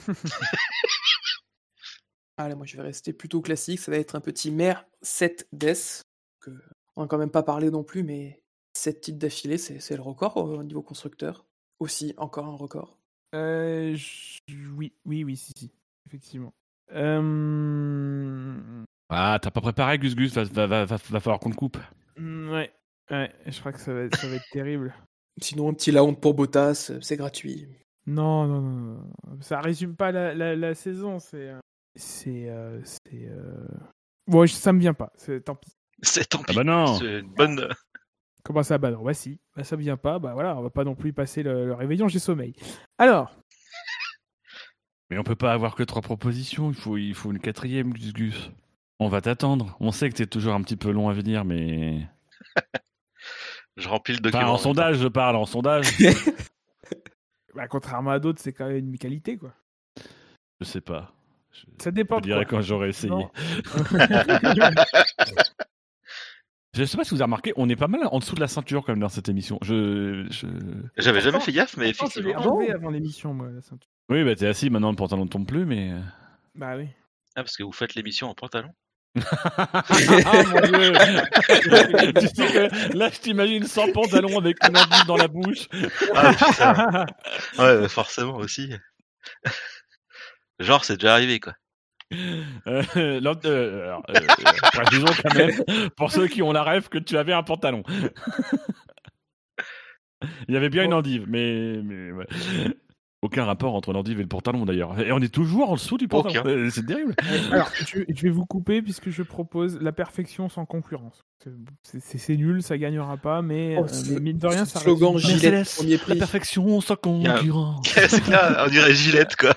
Allez, moi je vais rester plutôt classique. Ça va être un petit Mer sept Des. Que on n'a quand même pas parlé non plus, mais sept titres d'affilée, c'est c'est le record au niveau constructeur. Aussi, encore un record. Euh, je- oui, oui, oui, si, si, effectivement. Euh... Ah, t'as pas préparé, Gus Gus, va, va, va, va, va falloir qu'on te coupe. mm, Ouais, ouais, je crois que ça va être, ça va être terrible. Sinon, un petit la honte pour Bottas, euh, c'est gratuit. Non, non, non, non. Ça résume pas la, la, la saison, c'est... euh, C'est... euh, c'est euh... Bon, je- ça me vient pas, c'est, tant pis. C'est tant pis. Ah bah non. C'est une bonne. Comment ça? Bah non, bah si, bah ça me vient pas, bah voilà, on va pas non plus passer le, le réveillon, j'ai sommeil. Alors, Mais on peut pas avoir que trois propositions, il faut, il faut une quatrième, Gus Gus. On va t'attendre. On sait que t'es toujours un petit peu long à venir, mais... Je remplis le Enfin, document. en en même temps. sondage, je parle, en sondage. bah, contrairement à d'autres, c'est quand même une qualité, quoi. Je sais pas. Je, Ça dépend je de dirais quoi. quand j'aurai essayé. Non. Je sais pas si vous avez remarqué, on est pas mal en dessous de la ceinture quand même dans cette émission. Je, je... J'avais jamais Pourtant- fait gaffe, mais Pourtant, je l'ai effectivement. enlevé avant l'émission, moi, la ceinture. Oui, bah t'es assis, maintenant le pantalon ne tombe plus, mais... Bah oui. Ah, parce que vous faites l'émission en pantalon. ah mon dieu. Tu sais que là, je t'imagine sans pantalon avec une endive dans la bouche. Ah, putain. Ouais, forcément aussi. Genre, c'est déjà arrivé, quoi. Euh, l'autre, euh, alors, euh, enfin, disons quand même, pour ceux qui ont la rêve, que tu avais un pantalon. Il y avait bien une endive, mais, mais ouais. Aucun rapport entre l'endive et le pantalon d'ailleurs. Et on est toujours en dessous du pantalon. Aucun. Euh, C'est terrible. Alors, je, je vais vous couper puisque je propose la perfection sans concurrence. C'est, c'est, c'est nul, ça gagnera pas, mais, Oh, euh, ce- mais mine de rien, ça slogan résume pas. Gillette, Mercedes, premier la prix. perfection sans y a un- concurrence. C'est là, on dirait Gillette, quoi.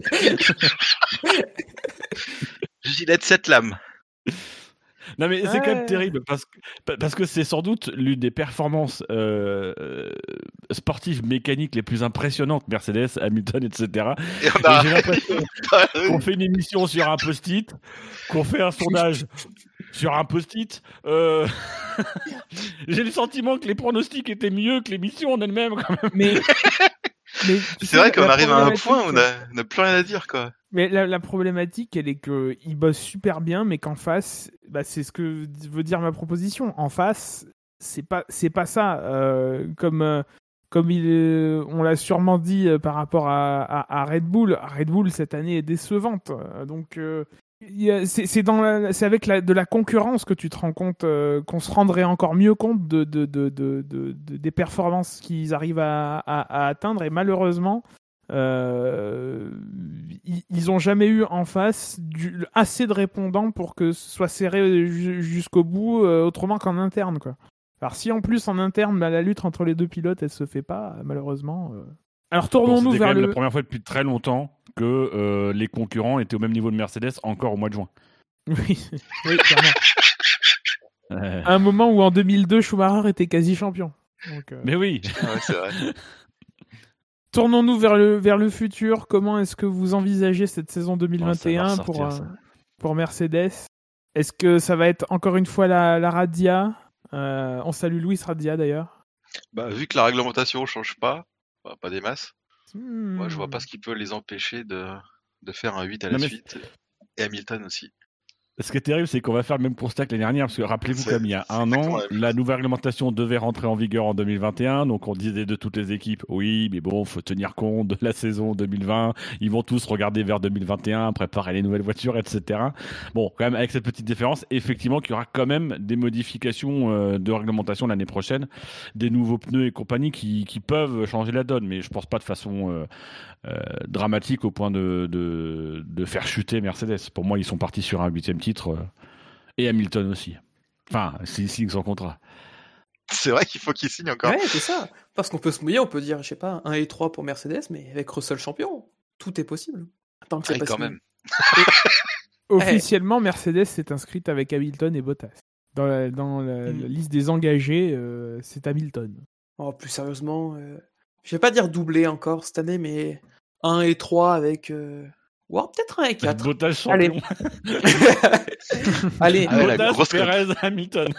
Gillette sept lames. Non mais c'est quand même Ouais. terrible parce que, parce que c'est sans doute l'une des performances euh, euh, sportives mécaniques les plus impressionnantes, Mercedes, Hamilton, et cetera. Et on Et a. j'ai l'impression qu'on fait une émission sur un post-it, qu'on fait un sondage sur un post-it. Euh... j'ai le sentiment que les pronostics étaient mieux que l'émission en elle-même quand même. Mais, mais tu C'est sais, vrai qu'on la arrive à un problématique, point où on c'est- a, on a plus rien à dire, quoi. Mais la, la problématique, elle est qu'ils bossent super bien, mais qu'en face, bah, c'est ce que veut dire ma proposition. En face, c'est pas, c'est pas ça. Euh, comme euh, comme il, euh, on l'a sûrement dit euh, par rapport à, à, à Red Bull. Red Bull cette année est décevante. Euh, donc euh, y a, c'est, c'est dans la, c'est avec la, de la concurrence que tu te rends compte euh, qu'on se rendrait encore mieux compte de, de, de, de, de, de des performances qu'ils arrivent à, à, à atteindre. Et malheureusement. Euh, ils ont jamais eu en face du, assez de répondants pour que ce soit serré jusqu'au bout, euh, autrement qu'en interne, quoi. Alors si en plus en interne, bah, la lutte entre les deux pilotes, elle se fait pas, malheureusement. Euh... Alors tournons-nous bon, vers le. C'est la première fois depuis très longtemps que euh, les concurrents étaient au même niveau de Mercedes encore au mois de juin. Oui, oui, clairement. euh... À un moment où en deux mille deux, Schumacher était quasi champion. Donc, euh... Mais oui, ah ouais, c'est vrai. Tournons-nous vers le, vers le futur. Comment est-ce que vous envisagez cette saison deux mille vingt et un oh, pour, euh, pour Mercedes? Est-ce que ça va être encore une fois la, la Radia? euh, On salue Luis Radia d'ailleurs. Bah, vu que la réglementation ne change pas, bah, pas des masses, hmm. moi je vois pas ce qui peut les empêcher de, de faire un huit à la non, suite. Et Hamilton aussi. Ce qui est terrible, c'est qu'on va faire le même constat que l'année dernière, parce que rappelez-vous, c'est comme il y a un an, la nouvelle réglementation devait rentrer en vigueur en deux mille vingt et un, donc on disait de toutes les équipes, oui, mais bon, faut tenir compte de la saison deux mille vingt, ils vont tous regarder vers deux mille vingt et un, préparer les nouvelles voitures, et cetera. Bon, quand même, avec cette petite différence, effectivement, qu'il y aura quand même des modifications euh, de réglementation l'année prochaine, des nouveaux pneus et compagnie qui, qui peuvent changer la donne, mais je pense pas de façon euh, euh, dramatique au point de, de, de faire chuter Mercedes. Pour moi, ils sont partis sur un huitième titre. Titre, euh, et Hamilton aussi. Enfin, s'il signe son contrat. C'est vrai qu'il faut qu'il signe encore. Ouais, c'est ça. Parce qu'on peut se mouiller, on peut dire, je sais pas, un et trois pour Mercedes, mais avec Russell champion, tout est possible. Tant que c'est ouais, pas quand signé. même. Officiellement, Mercedes s'est inscrite avec Hamilton et Bottas. Dans la, dans la, mmh. la liste des engagés, euh, c'est Hamilton. Oh, plus sérieusement, euh, je vais pas dire doublé encore cette année, mais un et trois avec... Euh... Ou alors peut-être un et quatre. Bottas champion. Allez. Allez, ah, Bottas, Perez, Hamilton.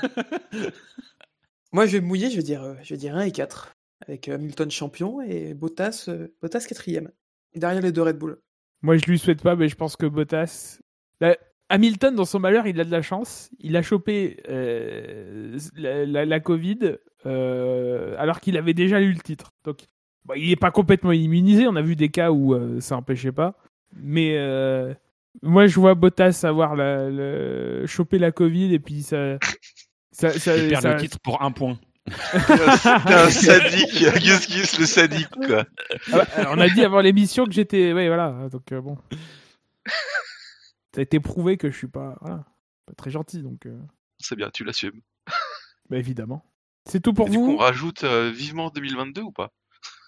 Moi, je vais me mouiller, je vais dire, je vais dire un et quatre. Avec Hamilton champion et Bottas, euh, Bottas quatrième. Derrière les deux Red Bull. Moi, je lui souhaite pas, mais je pense que Bottas... Là, Hamilton, dans son malheur, il a de la chance. Il a chopé euh, la, la, la Covid euh, alors qu'il avait déjà eu le titre. Donc, bon, il n'est pas complètement immunisé. On a vu des cas où euh, ça n'empêchait pas. Mais euh, moi, je vois Bottas avoir la, la, choper la Covid et puis ça. ça, ça il perd ça... le titre pour un point. T'es un sadique, Gus Gus le sadique, quoi. Ah bah, on a dit avant l'émission que j'étais. Ouais, voilà. Donc, euh, bon. Ça a été prouvé que je suis pas. Voilà. Pas très gentil. Donc, euh... c'est bien, tu l'assumes. Bah, évidemment. C'est tout pour et vous. Du coup, on rajoute euh, vivement deux mille vingt-deux ou pas?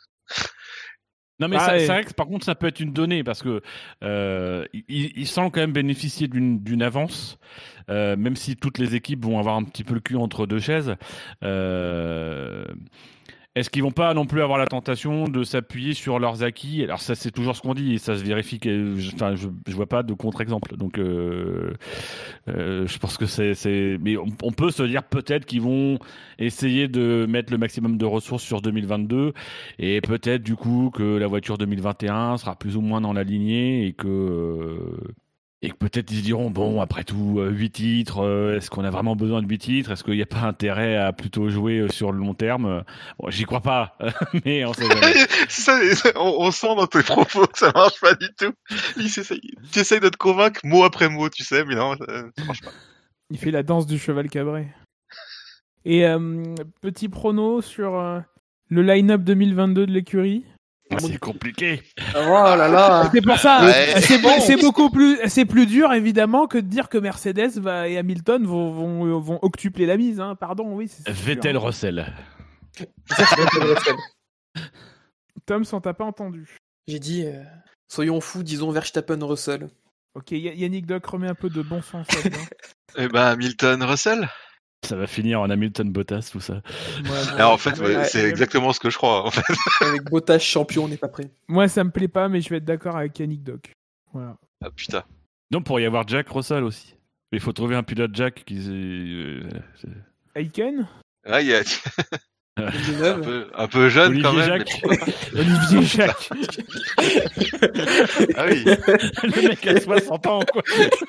Non mais ah, ça, ouais. C'est vrai que par contre ça peut être une donnée parce que euh, il, il semble quand même bénéficier d'une, d'une avance, euh, même si toutes les équipes vont avoir un petit peu le cul entre deux chaises. Euh, est-ce qu'ils vont pas non plus avoir la tentation de s'appuyer sur leurs acquis? Alors ça c'est toujours ce qu'on dit et ça se vérifie. Que, enfin, je, je vois pas de contre-exemple. Donc euh, euh, je pense que c'est, c'est... mais on, on peut se dire peut-être qu'ils vont essayer de mettre le maximum de ressources sur deux mille vingt-deux et peut-être du coup que la voiture deux mille vingt et un sera plus ou moins dans la lignée et que euh, et que peut-être ils se diront bon après tout huit titres, euh, est-ce qu'on a vraiment besoin de huit titres, est-ce qu'il n'y a pas intérêt à plutôt jouer sur le long terme? Bon, j'y crois pas, mais on sait jamais. ça, on, on sent dans tes propos que ça marche pas du tout. Tu essayes de te convaincre mot après mot, tu sais, mais non, ça, ça marche pas. Il fait la danse du cheval cabré. Et euh, petit prono sur euh, le line-up deux mille vingt-deux de l'écurie. C'est compliqué. Oh là là. C'est pour ça. Ouais. C'est, bon, c'est beaucoup plus, c'est plus dur évidemment que de dire que Mercedes va, et Hamilton vont, vont, vont octupler la mise. Hein. Pardon, oui. C'est, c'est Vettel Russell. Tom, on t'a pas entendu. J'ai dit, euh, soyons fous, disons Verstappen Russell. Ok, Yannick Doc remet un peu de bon sens là-dedans. Eh ben Hamilton Russell. Ça va finir en Hamilton Bottas, tout ça. Ouais, bon, Alors, en fait, ouais, ouais, c'est ouais, exactement ce que je crois. En fait. Avec Bottas champion, on n'est pas prêt. Moi, ça me plaît pas, mais je vais être d'accord avec Yannick Doc. Voilà. Ah putain. Donc, pour y avoir Jack Russell aussi. Il faut trouver un pilote Jack qui. Euh, Aiken. Ah, il y a. un, peu, un peu jeune Olivier quand même. Jacques. Mais pourquoi pas Olivier Jacques. Ah oui. Le mec a soixante ans, quoi.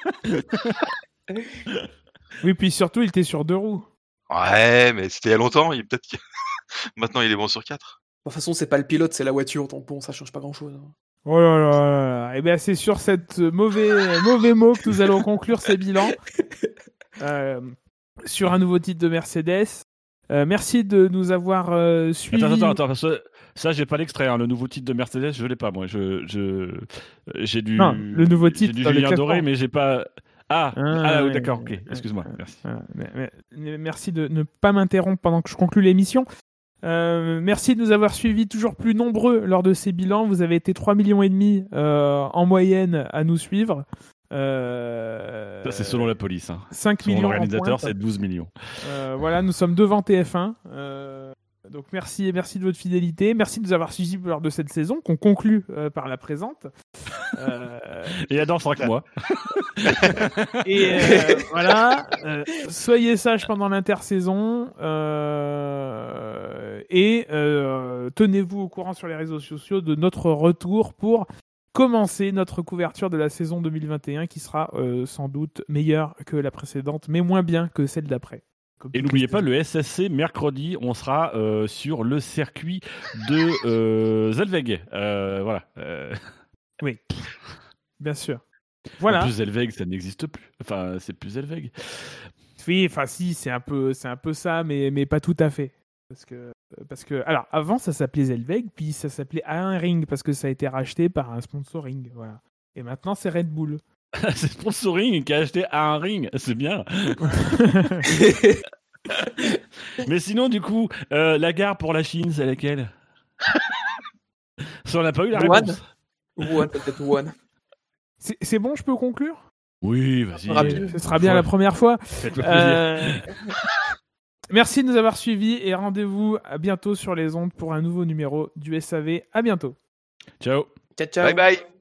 Oui, puis surtout, il était sur deux roues. Ouais, mais c'était il y a longtemps. Il peut-être. Maintenant, il est bon sur quatre. De toute façon, c'est pas le pilote, c'est la voiture, donc bon, ça change pas grand-chose. hein. Oh là là là là. Et bien, c'est sur cette mauvais, mauvais mot que nous allons conclure ces bilans. Euh, sur un nouveau titre de Mercedes. Euh, merci de nous avoir euh, suivis. Attends, attends, attends. Ça, ça j'ai pas l'extrait. Hein. Le nouveau titre de Mercedes, je l'ai pas, moi. Je, je, j'ai du. Non, le nouveau titre J'ai du dans le Julien classement. Doré, mais j'ai pas. Ah, Ah, ah, ouais, d'accord, ouais, ok. Excuse-moi, ouais, merci. Voilà. Mais- mais- mais- Merci de ne pas m'interrompre pendant que je conclue l'émission. Euh, merci de nous avoir suivis toujours plus nombreux lors de ces bilans. Vous avez été trois millions et demi euh, en moyenne à nous suivre. Euh, Ça, c'est selon la police. Hein. cinq Selon millions en l'organisateur, pointe. c'est douze millions. Euh, voilà, nous sommes devant T F un. Euh, donc merci et merci de votre fidélité. Merci de nous avoir suivis lors de cette saison qu'on conclut euh, par la présente. Euh, Et dans cinq mois. et euh, voilà, euh, soyez sages pendant l'intersaison euh, et euh, tenez-vous au courant sur les réseaux sociaux de notre retour pour commencer notre couverture de la saison deux mille vingt et un qui sera euh, sans doute meilleure que la précédente, mais moins bien que celle d'après. Comme Et toutes n'oubliez les pas, saisons. le S S C, mercredi, on sera euh, sur le circuit de euh, Zellweg. Euh, voilà. Euh, Oui, bien sûr. En Voilà. plus, Zellweg, ça n'existe plus. Enfin, c'est plus Zellweg. Oui, enfin si, c'est un peu, c'est un peu ça, mais mais pas tout à fait. Parce que parce que alors avant ça s'appelait Zellweg, puis ça s'appelait A un Ring parce que ça a été racheté par un sponsoring, voilà. Et maintenant c'est Red Bull. C'est Sponsoring qui a acheté un ring. C'est bien. Mais sinon, du coup, euh, la gare pour la Chine, c'est laquelle? Ça, on n'a pas eu la Wuhan. réponse. Wuhan, peut-être Wuhan. C'est c'est bon, je peux conclure? Oui, vas-y. Rapide. Ce sera bien Ouais. la première fois. Faites-le plaisir. Euh, Merci de nous avoir suivis et rendez-vous à bientôt sur les ondes pour un nouveau numéro du S A V. À bientôt. Ciao. Ciao, ciao. Bye bye.